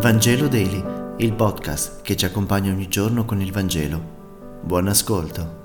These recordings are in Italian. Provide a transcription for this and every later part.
Vangelo Daily, il podcast che ci accompagna ogni giorno con il Vangelo. Buon ascolto.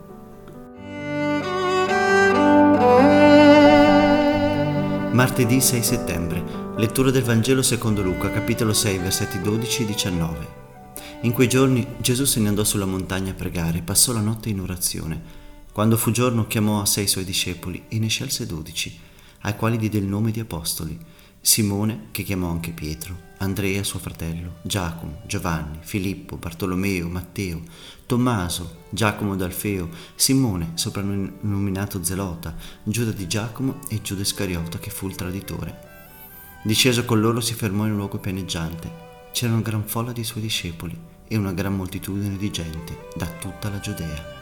Martedì 6 settembre, lettura del Vangelo secondo Luca, capitolo 6, versetti 12 e 19. In quei giorni Gesù se ne andò sulla montagna a pregare e passò la notte in orazione. Quando fu giorno chiamò a 6 suoi discepoli e ne scelse 12, ai quali diede il nome di apostoli: Simone, che chiamò anche Pietro, Andrea suo fratello, Giacomo, Giovanni, Filippo, Bartolomeo, Matteo, Tommaso, Giacomo d'Alfeo, Simone, soprannominato Zelota, Giuda di Giacomo e Giuda Iscariota, che fu il traditore. Disceso con loro si fermò in un luogo pianeggiante. C'era una gran folla di suoi discepoli e una gran moltitudine di gente da tutta la Giudea.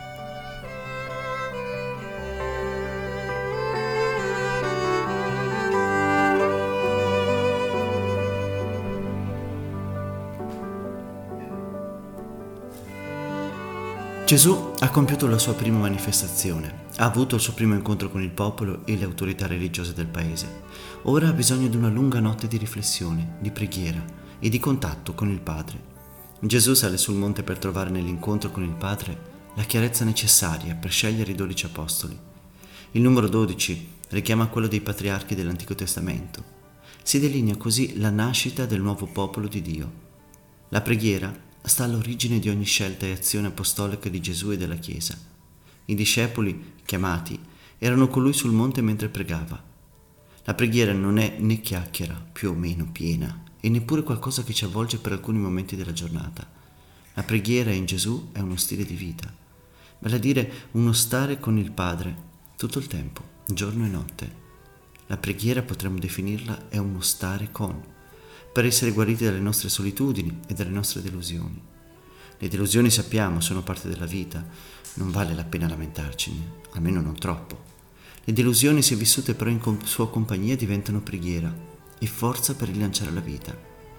Gesù ha compiuto la sua prima manifestazione, ha avuto il suo primo incontro con il popolo e le autorità religiose del paese. Ora ha bisogno di una lunga notte di riflessione, di preghiera e di contatto con il Padre. Gesù sale sul monte per trovare nell'incontro con il Padre la chiarezza necessaria per scegliere i 12 apostoli. Il numero 12 richiama quello dei patriarchi dell'Antico Testamento. Si delinea così la nascita del nuovo popolo di Dio. La preghiera sta all'origine di ogni scelta e azione apostolica di Gesù e della Chiesa. I discepoli, chiamati, erano con lui sul monte mentre pregava. La preghiera non è né chiacchiera, più o meno piena, e neppure qualcosa che ci avvolge per alcuni momenti della giornata. La preghiera in Gesù è uno stile di vita, vale a dire uno stare con il Padre tutto il tempo, giorno e notte. La preghiera, potremmo definirla, è uno stare con, per essere guariti dalle nostre solitudini e dalle nostre delusioni. Le delusioni, sappiamo, sono parte della vita, non vale la pena lamentarcene, almeno non troppo. Le delusioni, se vissute però in sua compagnia, diventano preghiera e forza per rilanciare la vita.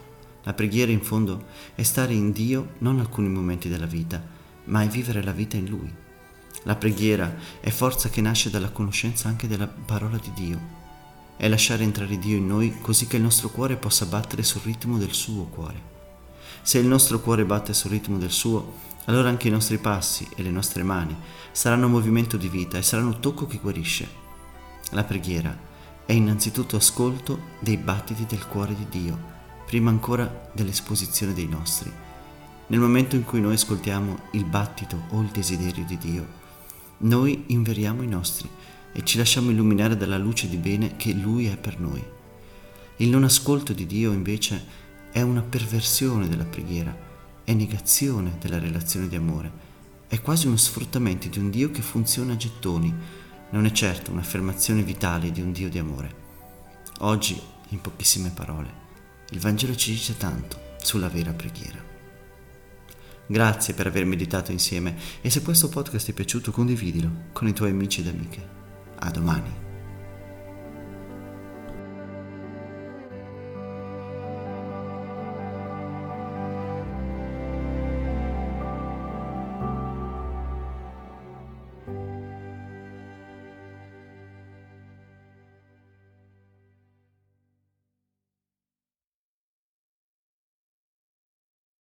La preghiera, in fondo, è stare in Dio non alcuni momenti della vita, ma è vivere la vita in Lui. La preghiera è forza che nasce dalla conoscenza anche della parola di Dio. È lasciare entrare Dio in noi così che il nostro cuore possa battere sul ritmo del suo cuore. Se il nostro cuore batte sul ritmo del suo, allora anche i nostri passi e le nostre mani saranno movimento di vita e saranno tocco che guarisce. La preghiera è innanzitutto ascolto dei battiti del cuore di Dio, prima ancora dell'esposizione dei nostri. Nel momento in cui noi ascoltiamo il battito o il desiderio di Dio, noi inveriamo i nostri e ci lasciamo illuminare dalla luce di bene che Lui è per noi. Il non ascolto di Dio, invece, è una perversione della preghiera, è negazione della relazione di amore, è quasi uno sfruttamento di un Dio che funziona a gettoni, non è certo un'affermazione vitale di un Dio di amore. Oggi, in pochissime parole, il Vangelo ci dice tanto sulla vera preghiera. Grazie per aver meditato insieme e se questo podcast ti è piaciuto, condividilo con i tuoi amici ed amiche. A domani.